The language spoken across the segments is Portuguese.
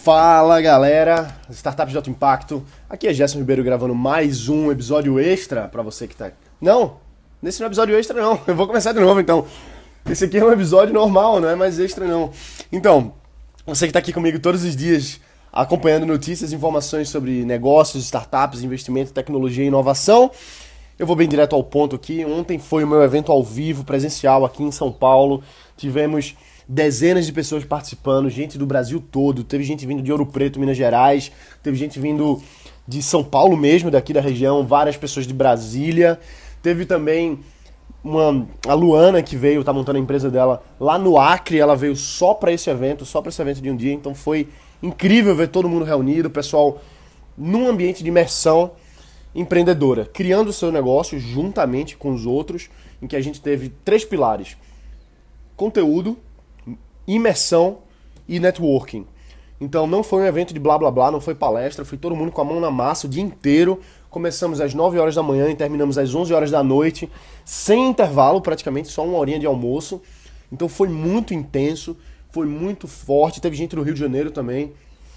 Fala galera, Startups de Alto Impacto, aqui é Gerson Ribeiro gravando mais um episódio extra pra você que tá... Não, nesse não é episódio extra não, eu vou começar de novo então. Esse aqui é um episódio normal, não é mais extra não. Então, você que tá aqui comigo todos os dias acompanhando notícias e informações sobre negócios, startups, investimento, tecnologia e inovação, eu vou bem direto ao ponto aqui. Ontem foi o meu evento ao vivo, presencial aqui em São Paulo, tivemos dezenas de pessoas participando, gente do Brasil todo, teve gente vindo de Ouro Preto, Minas Gerais, teve gente vindo de São Paulo mesmo, daqui da região, várias pessoas de Brasília, teve também a Luana que veio, tá montando a empresa dela lá no Acre, ela veio só para esse evento de um dia, então foi incrível ver todo mundo reunido, o pessoal num ambiente de imersão empreendedora, criando o seu negócio juntamente com os outros, em que a gente teve 3 pilares: conteúdo, imersão e networking. Então não foi um evento de blá blá blá, não foi palestra, foi todo mundo com a mão na massa o dia inteiro. Começamos às 9 horas da manhã e terminamos às 11 horas da noite, sem intervalo praticamente, só uma horinha de almoço. Então foi muito intenso, foi muito forte, teve gente do Rio de Janeiro também.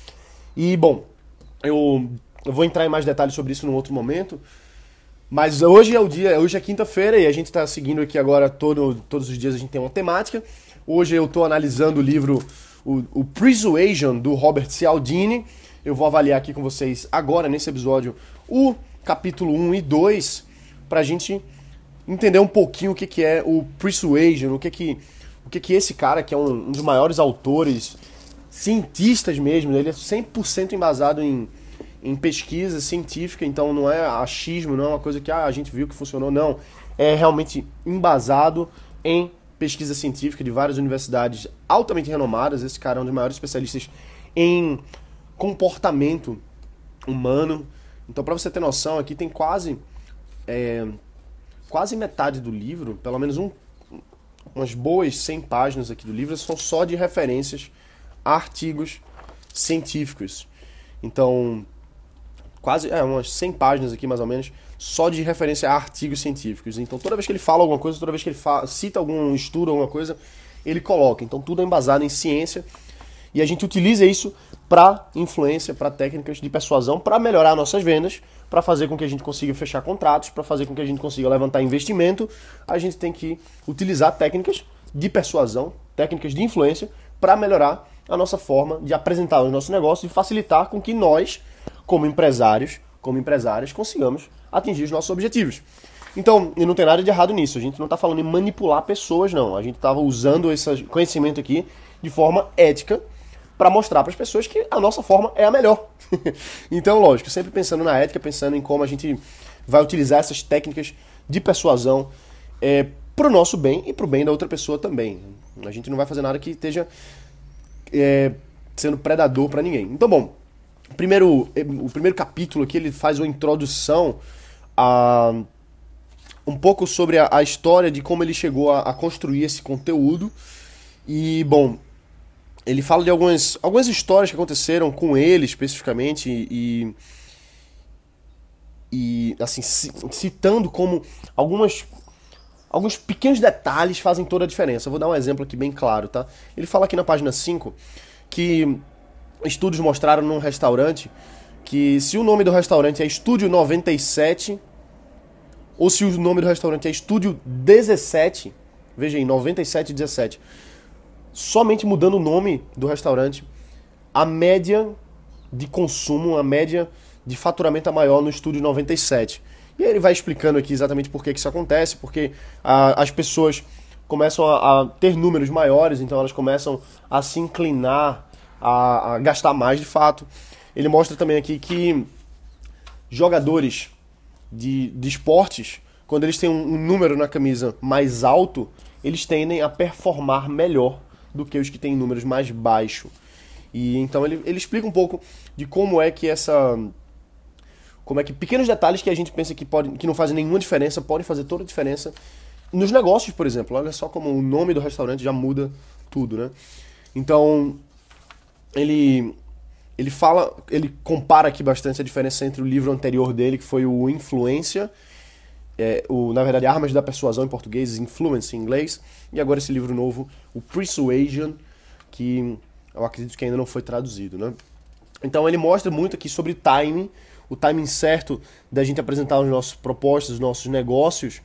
E bom, eu vou entrar em mais detalhes sobre isso num outro momento. Mas hoje é o dia, hoje é quinta-feira e a gente está seguindo aqui agora, todos os dias a gente tem uma temática. Hoje eu estou analisando o livro, o Persuasion, do Robert Cialdini. Eu vou avaliar aqui com vocês agora, nesse episódio, o capítulo 1 e 2, para a gente entender um pouquinho o que é o Persuasion, o que esse cara, que é um dos maiores autores, cientistas mesmo, ele é 100% embasado em pesquisa científica, então não é achismo, não é uma coisa que a gente viu que funcionou, não. É realmente embasado em pesquisa científica de várias universidades altamente renomadas. Esse cara é um dos maiores especialistas em comportamento humano. Então, para você ter noção, aqui tem quase metade do livro, pelo menos umas boas 100 páginas aqui do livro, são só de referências a artigos científicos. Então, quase umas 100 páginas aqui, mais ou menos, só de referência a artigos científicos. Então, toda vez que ele fala alguma coisa, toda vez que ele cita algum estudo, alguma coisa, ele coloca. Então, tudo é embasado em ciência e a gente utiliza isso para influência, para técnicas de persuasão, para melhorar nossas vendas, para fazer com que a gente consiga fechar contratos, para fazer com que a gente consiga levantar investimento. A gente tem que utilizar técnicas de persuasão, técnicas de influência, para melhorar a nossa forma de apresentar os nossos negócios e facilitar com que nós, como empresários, como empresárias, consigamos atingir os nossos objetivos. Então, e não tem nada de errado nisso. A gente não está falando em manipular pessoas, não. A gente estava usando esse conhecimento aqui de forma ética para mostrar para as pessoas que a nossa forma é a melhor. Então, lógico, sempre pensando na ética, pensando em como a gente vai utilizar essas técnicas de persuasão para o nosso bem e para o bem da outra pessoa também. A gente não vai fazer nada que esteja sendo predador para ninguém. Então, bom, o primeiro capítulo aqui, ele faz uma introdução a um pouco sobre a história de como ele chegou a construir esse conteúdo. E, bom, ele fala de algumas histórias que aconteceram com ele especificamente e assim, citando como alguns pequenos detalhes fazem toda a diferença. Eu vou dar um exemplo aqui bem claro, tá? Ele fala aqui na página 5 que estudos mostraram num restaurante que se o nome do restaurante é Estúdio 97 ou se o nome do restaurante é Estúdio 17, veja aí, 97 e 17, somente mudando o nome do restaurante, a média de consumo, a média de faturamento é maior no Estúdio 97. E aí ele vai explicando aqui exatamente por que isso acontece, porque as pessoas começam a ter números maiores, então elas começam a se inclinar a gastar mais de fato. Ele mostra também aqui que jogadores de esportes, quando eles têm um número na camisa mais alto, eles tendem a performar melhor do que os que têm números mais baixos. E então ele explica um pouco de como é que pequenos detalhes que a gente pensa que não fazem nenhuma diferença podem fazer toda a diferença nos negócios, por exemplo. Olha só como o nome do restaurante já muda tudo, né? Então, ele compara aqui bastante a diferença entre o livro anterior dele, que foi o Influência, na verdade, Armas da Persuasão em português, Influence em inglês, e agora esse livro novo, o Persuasion, que eu acredito que ainda não foi traduzido, né? Então ele mostra muito aqui sobre timing, o timing certo da gente apresentar os nossos propostas, os nossos negócios.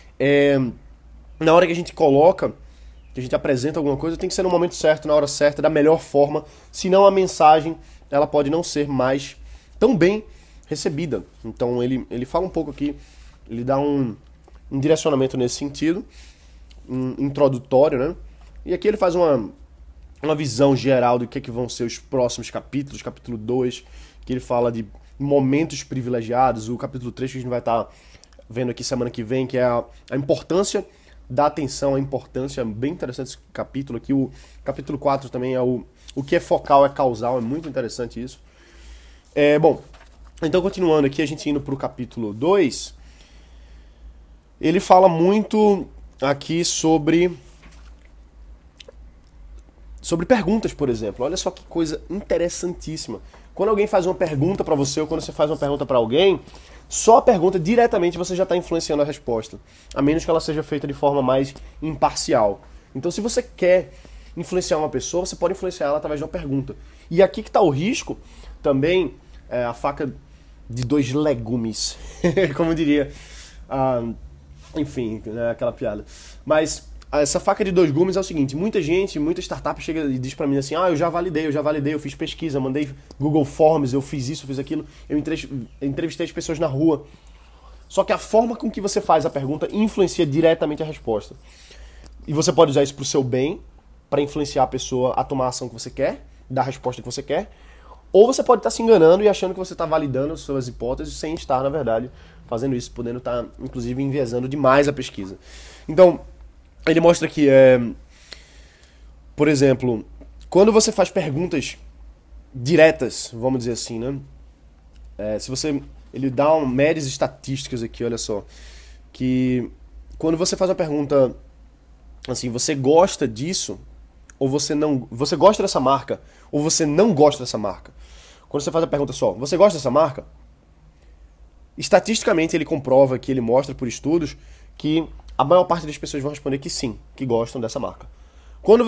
Na hora que a gente coloca, que a gente apresenta alguma coisa, tem que ser no momento certo, na hora certa, da melhor forma, senão a mensagem ela pode não ser mais tão bem recebida. Então ele fala um pouco aqui, ele dá um direcionamento nesse sentido, um introdutório, né? E aqui ele faz uma visão geral do que vão ser os próximos capítulos, capítulo 2, que ele fala de momentos privilegiados, o capítulo 3 que a gente vai estar vendo aqui semana que vem, que é a importância da atenção, a importância, bem interessante esse capítulo aqui. O capítulo 4 também é o que é focal, é causal, é muito interessante isso. Bom, então continuando aqui, a gente indo para o capítulo 2, ele fala muito aqui sobre perguntas, por exemplo. Olha só que coisa interessantíssima. Quando alguém faz uma pergunta para você, ou quando você faz uma pergunta para alguém, só a pergunta diretamente você já está influenciando a resposta, a menos que ela seja feita de forma mais imparcial. Então, se você quer influenciar uma pessoa, você pode influenciar ela através de uma pergunta. E aqui que está o risco também, a faca de dois legumes, como diria, enfim, né, aquela piada. Mas essa faca de dois gumes é o seguinte: muita startup chega e diz pra mim assim, eu já validei, eu fiz pesquisa, mandei Google Forms, eu fiz isso, eu fiz aquilo, eu entrevistei as pessoas na rua. Só que a forma com que você faz a pergunta influencia diretamente a resposta. E você pode usar isso pro seu bem, para influenciar a pessoa a tomar a ação que você quer, dar a resposta que você quer, ou você pode estar se enganando e achando que você está validando as suas hipóteses sem estar, na verdade, fazendo isso, podendo estar, inclusive, enviesando demais a pesquisa. Então, ele mostra que, por exemplo, quando você faz perguntas diretas, vamos dizer assim, né? Ele dá médias estatísticas aqui, olha só, que quando você faz uma pergunta assim, você gosta disso, ou você gosta dessa marca, ou você não gosta dessa marca. Quando você faz a pergunta só, você gosta dessa marca? Estatisticamente ele comprova, que ele mostra por estudos, que a maior parte das pessoas vão responder que sim, que gostam dessa marca. Quando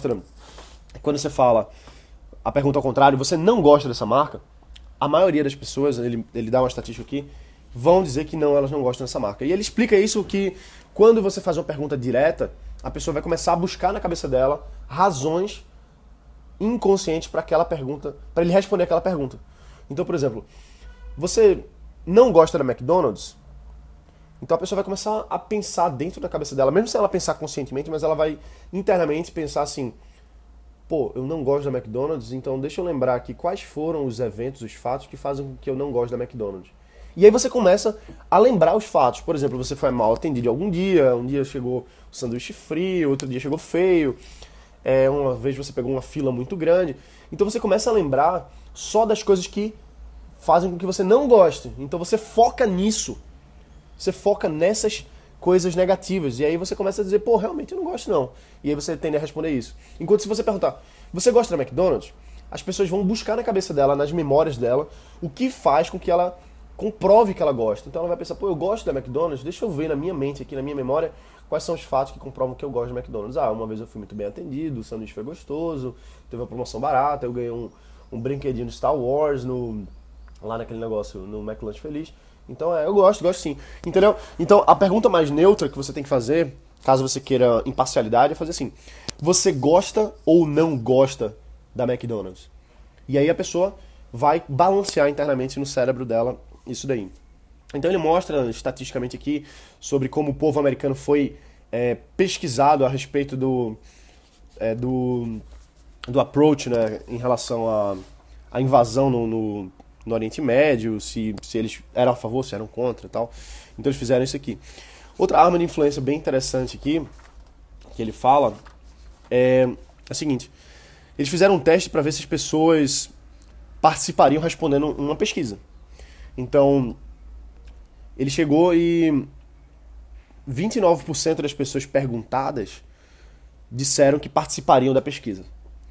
você fala a pergunta ao contrário, você não gosta dessa marca, a maioria das pessoas, ele dá uma estatística aqui, vão dizer que não, elas não gostam dessa marca. E ele explica isso que quando você faz uma pergunta direta, a pessoa vai começar a buscar na cabeça dela razões inconscientes para aquela pergunta, para ele responder aquela pergunta. Então, por exemplo, você não gosta da McDonald's? Então a pessoa vai começar a pensar dentro da cabeça dela, mesmo sem ela pensar conscientemente, mas ela vai internamente pensar assim, pô, eu não gosto da McDonald's, então deixa eu lembrar aqui quais foram os eventos, os fatos que fazem com que eu não goste da McDonald's. E aí você começa a lembrar os fatos. Por exemplo, você foi mal atendido algum dia, um dia chegou o sanduíche frio, outro dia chegou feio, uma vez você pegou uma fila muito grande. Então você começa a lembrar só das coisas que fazem com que você não goste. Então você foca nisso. Você foca nessas coisas negativas. E aí você começa a dizer, pô, realmente eu não gosto não. E aí você tende a responder isso. Enquanto se você perguntar, você gosta da McDonald's? As pessoas vão buscar na cabeça dela, nas memórias dela, o que faz com que ela comprove que ela gosta. Então ela vai pensar, pô, eu gosto da McDonald's, deixa eu ver na minha mente aqui, na minha memória, quais são os fatos que comprovam que eu gosto da McDonald's. Uma vez eu fui muito bem atendido, o sanduíche foi gostoso, teve uma promoção barata, eu ganhei um brinquedinho de Star Wars lá naquele negócio, no McLanche Feliz. Então eu gosto sim. Entendeu? Então a pergunta mais neutra que você tem que fazer, caso você queira imparcialidade, é fazer assim: você gosta ou não gosta da McDonald's? E aí a pessoa vai balancear internamente no cérebro dela isso daí. Então ele mostra estatisticamente aqui sobre como o povo americano foi pesquisado a respeito do approach, né, em relação à invasão no Oriente Médio, se eles eram a favor, se eram contra e tal. Então eles fizeram isso aqui. Outra arma de influência bem interessante aqui, que ele fala, é a seguinte: eles fizeram um teste para ver se as pessoas participariam respondendo uma pesquisa. Então, ele chegou e 29% das pessoas perguntadas disseram que participariam da pesquisa.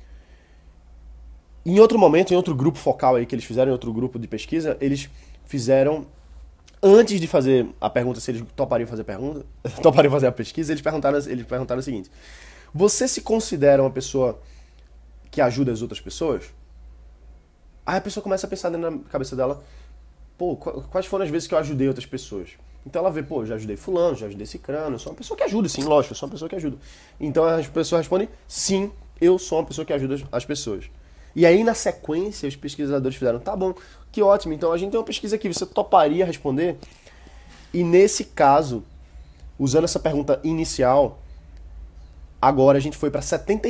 Em outro momento, em outro grupo focal aí que eles fizeram, em outro grupo de pesquisa, eles fizeram, antes de fazer a pergunta se eles topariam fazer a pesquisa, eles perguntaram o seguinte: você se considera uma pessoa que ajuda as outras pessoas? Aí a pessoa começa a pensar dentro da cabeça dela, pô, quais foram as vezes que eu ajudei outras pessoas? Então ela vê, pô, já ajudei fulano, já ajudei cicrano, eu sou uma pessoa que ajuda, sim, lógico, eu sou uma pessoa que ajuda. Então a pessoa responde, sim, eu sou uma pessoa que ajuda as pessoas. E aí na sequência os pesquisadores fizeram, tá bom, que ótimo, então a gente tem uma pesquisa aqui, você toparia responder? E nesse caso, usando essa pergunta inicial, agora a gente foi para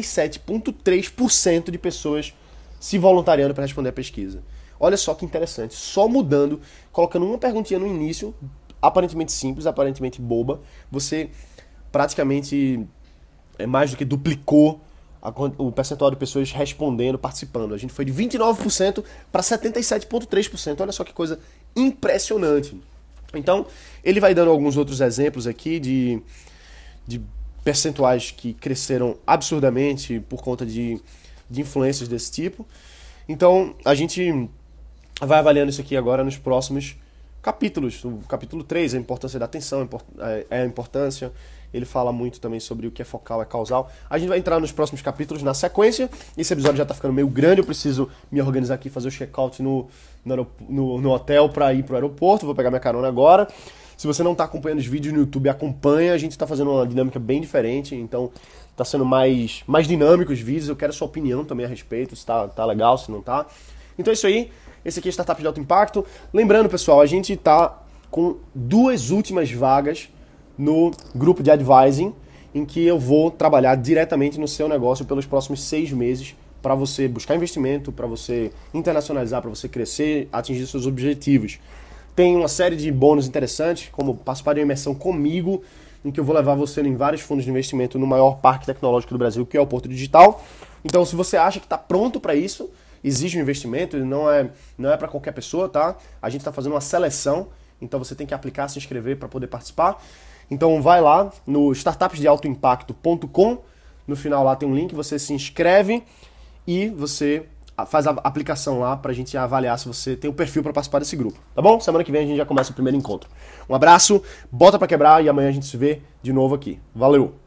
77,3% de pessoas se voluntariando para responder a pesquisa. Olha só que interessante, só mudando, colocando uma perguntinha no início, aparentemente simples, aparentemente boba, você praticamente mais do que duplicou o percentual de pessoas respondendo, participando. A gente foi de 29% para 77,3%. Olha só que coisa impressionante. Então, ele vai dando alguns outros exemplos aqui de percentuais que cresceram absurdamente por conta de influências desse tipo. Então, a gente vai avaliando isso aqui agora nos próximos capítulos. O capítulo 3, a importância da atenção, a importância. Ele fala muito também sobre o que é focal, é causal. A gente vai entrar nos próximos capítulos na sequência. Esse episódio já tá ficando meio grande, eu preciso me organizar aqui, fazer o check-out no hotel para ir pro aeroporto. Vou pegar minha carona agora. Se você não tá acompanhando os vídeos no YouTube, acompanha. A gente tá fazendo uma dinâmica bem diferente, então tá sendo mais dinâmico os vídeos. Eu quero a sua opinião também a respeito, se tá legal, se não tá. Então é isso aí. Esse aqui é Startup de Alto Impacto. Lembrando, pessoal, a gente tá com 2 últimas vagas no grupo de advising, em que eu vou trabalhar diretamente no seu negócio pelos próximos 6 meses para você buscar investimento, para você internacionalizar, para você crescer, atingir seus objetivos. Tem uma série de bônus interessantes, como participar de uma imersão comigo, em que eu vou levar você em vários fundos de investimento no maior parque tecnológico do Brasil, que é o Porto Digital. Então, se você acha que está pronto para isso, exige um investimento, não é para qualquer pessoa, tá? A gente está fazendo uma seleção, então você tem que aplicar, se inscrever para poder participar. Então vai lá no startupsdealtoimpacto.com, no final lá tem um link, você se inscreve e você faz a aplicação lá pra gente avaliar se você tem o perfil para participar desse grupo, tá bom? Semana que vem a gente já começa o primeiro encontro. Um abraço, bota pra quebrar e amanhã a gente se vê de novo aqui. Valeu!